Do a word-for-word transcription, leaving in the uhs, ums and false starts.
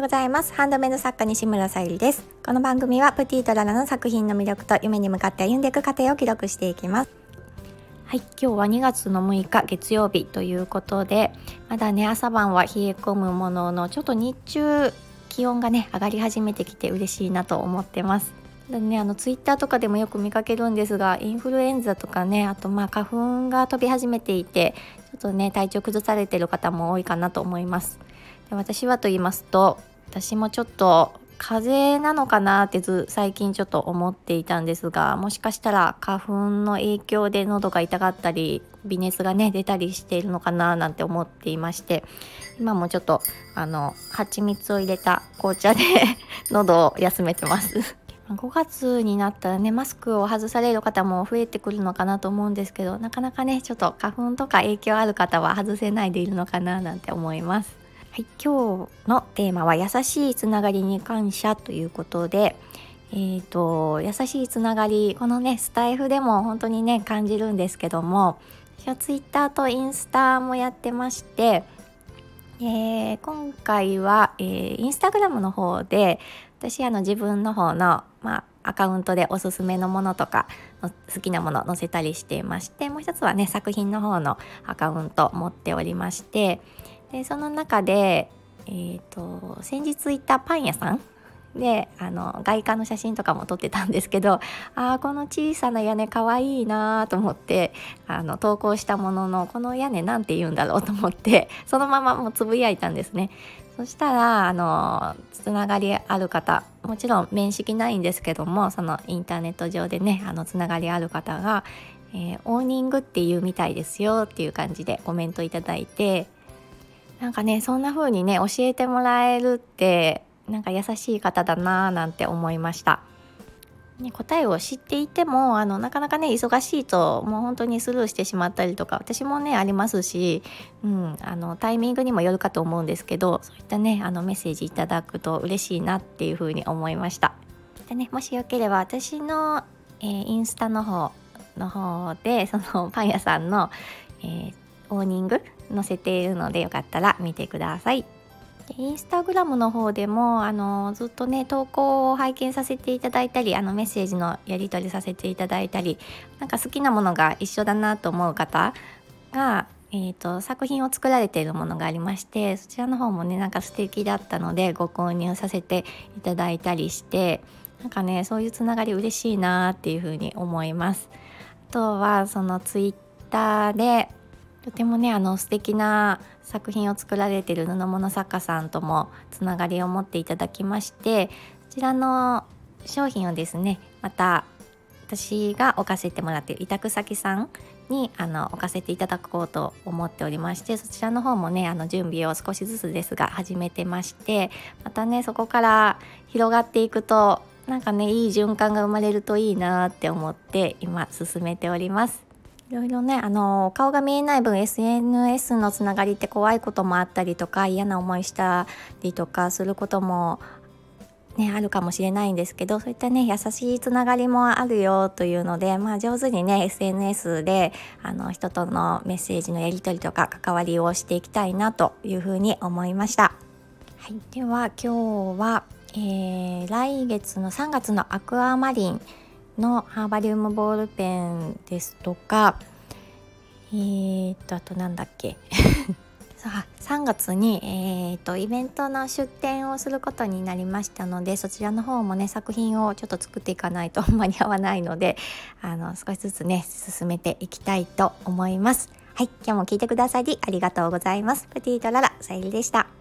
ざいます。ハンドメイド作家西村さゆりです。この番組はプティとララの作品の魅力と夢に向かって歩んでいく過程を記録していきます。はい、今日はにがつのむいか月曜日ということで、まだね朝晩は冷え込むものの、ちょっと日中気温がね上がり始めてきて嬉しいなと思ってます。でね、あのツイッターとかでもよく見かけるんですが、インフルエンザとかね、あとまあ花粉が飛び始めていて、ちょっとね体調崩されている方も多いかなと思います。で、私はと言いますと、私もちょっと風邪なのかなってず最近ちょっと思っていたんですが、もしかしたら花粉の影響で喉が痛かったり微熱がね出たりしているのかななんて思っていまして、今もちょっとあの蜂蜜を入れた紅茶で喉を休めてますごがつになったらね、マスクを外される方も増えてくるのかなと思うんですけど、なかなかねちょっと花粉とか影響ある方は外せないでいるのかななんて思います。はい、今日のテーマは優しいつながりに感謝ということで、えーと、優しいつながり、このねスタイフでも本当にね感じるんですけども、私はツイッターとインスタもやってまして、えー、今回は、えー、インスタグラムの方で私あの自分の方の、まあ、アカウントでおすすめのものとか好きなもの載せたりしていまして、もう一つはね作品の方のアカウント持っておりまして、でその中で、えーと、先日行ったパン屋さんであの外観の写真とかも撮ってたんですけど、あーこの小さな屋根かわいいなと思ってあの投稿したものの、この屋根なんて言うんだろうと思ってそのままもうつぶやいたんですね。そしたらあのつながりある方、もちろん面識ないんですけども、そのインターネット上でねあのつながりある方が、えー、オーニングっていうみたいですよっていう感じでコメントいただいて、なんかねそんな風にね教えてもらえるってなんか優しい方だななんて思いました、ね、答えを知っていてもあのなかなかね忙しいともう本当にスルーしてしまったりとか、私もねありますし、うん、あのタイミングにもよるかと思うんですけど、そういったねあのメッセージいただくと嬉しいなっていう風に思いました。でね、もしよければ私の、えー、インスタの方の方でそのパン屋さんの、えー、オーニング載せているので、よかったら見てください。でインスタグラムの方でもあのずっとね投稿を拝見させていただいたり、あのメッセージのやり取りさせていただいたり、なんか好きなものが一緒だなと思う方が、えーと、作品を作られているものがありまして、そちらの方もねなんか素敵だったのでご購入させていただいたりして、なんかねそういうつながり嬉しいなっていうふうに思います。あとはそのツイッターでとてもねあの素敵な作品を作られている布物作家さんともつながりを持っていただきまして、こちらの商品をですねまた私が置かせてもらっている委託先さんにあの置かせていただこうと思っておりまして、そちらの方もねあの準備を少しずつですが始めてまして、またねそこから広がっていくとなんかねいい循環が生まれるといいなって思って今進めております。いろいろねあの顔が見えない分 エスエヌエス のつながりって怖いこともあったりとか、嫌な思いしたりとかすることもねあるかもしれないんですけど、そういったね優しいつながりもあるよというので、まあ上手にね エスエヌエス であの人とのメッセージのやり取りとか関わりをしていきたいなというふうに思いました。はい、では今日は、えー、来月のさんがつのアクアマリンのハーバリウムボールペンですとか、えーとあとなんだっけさあさんがつに、えーとイベントの出展をすることになりましたので、そちらの方もね作品をちょっと作っていかないと間に合わないので、あの少しずつね進めていきたいと思います。はい、今日も聞いてくださりありがとうございます。プティとララさゆりでした。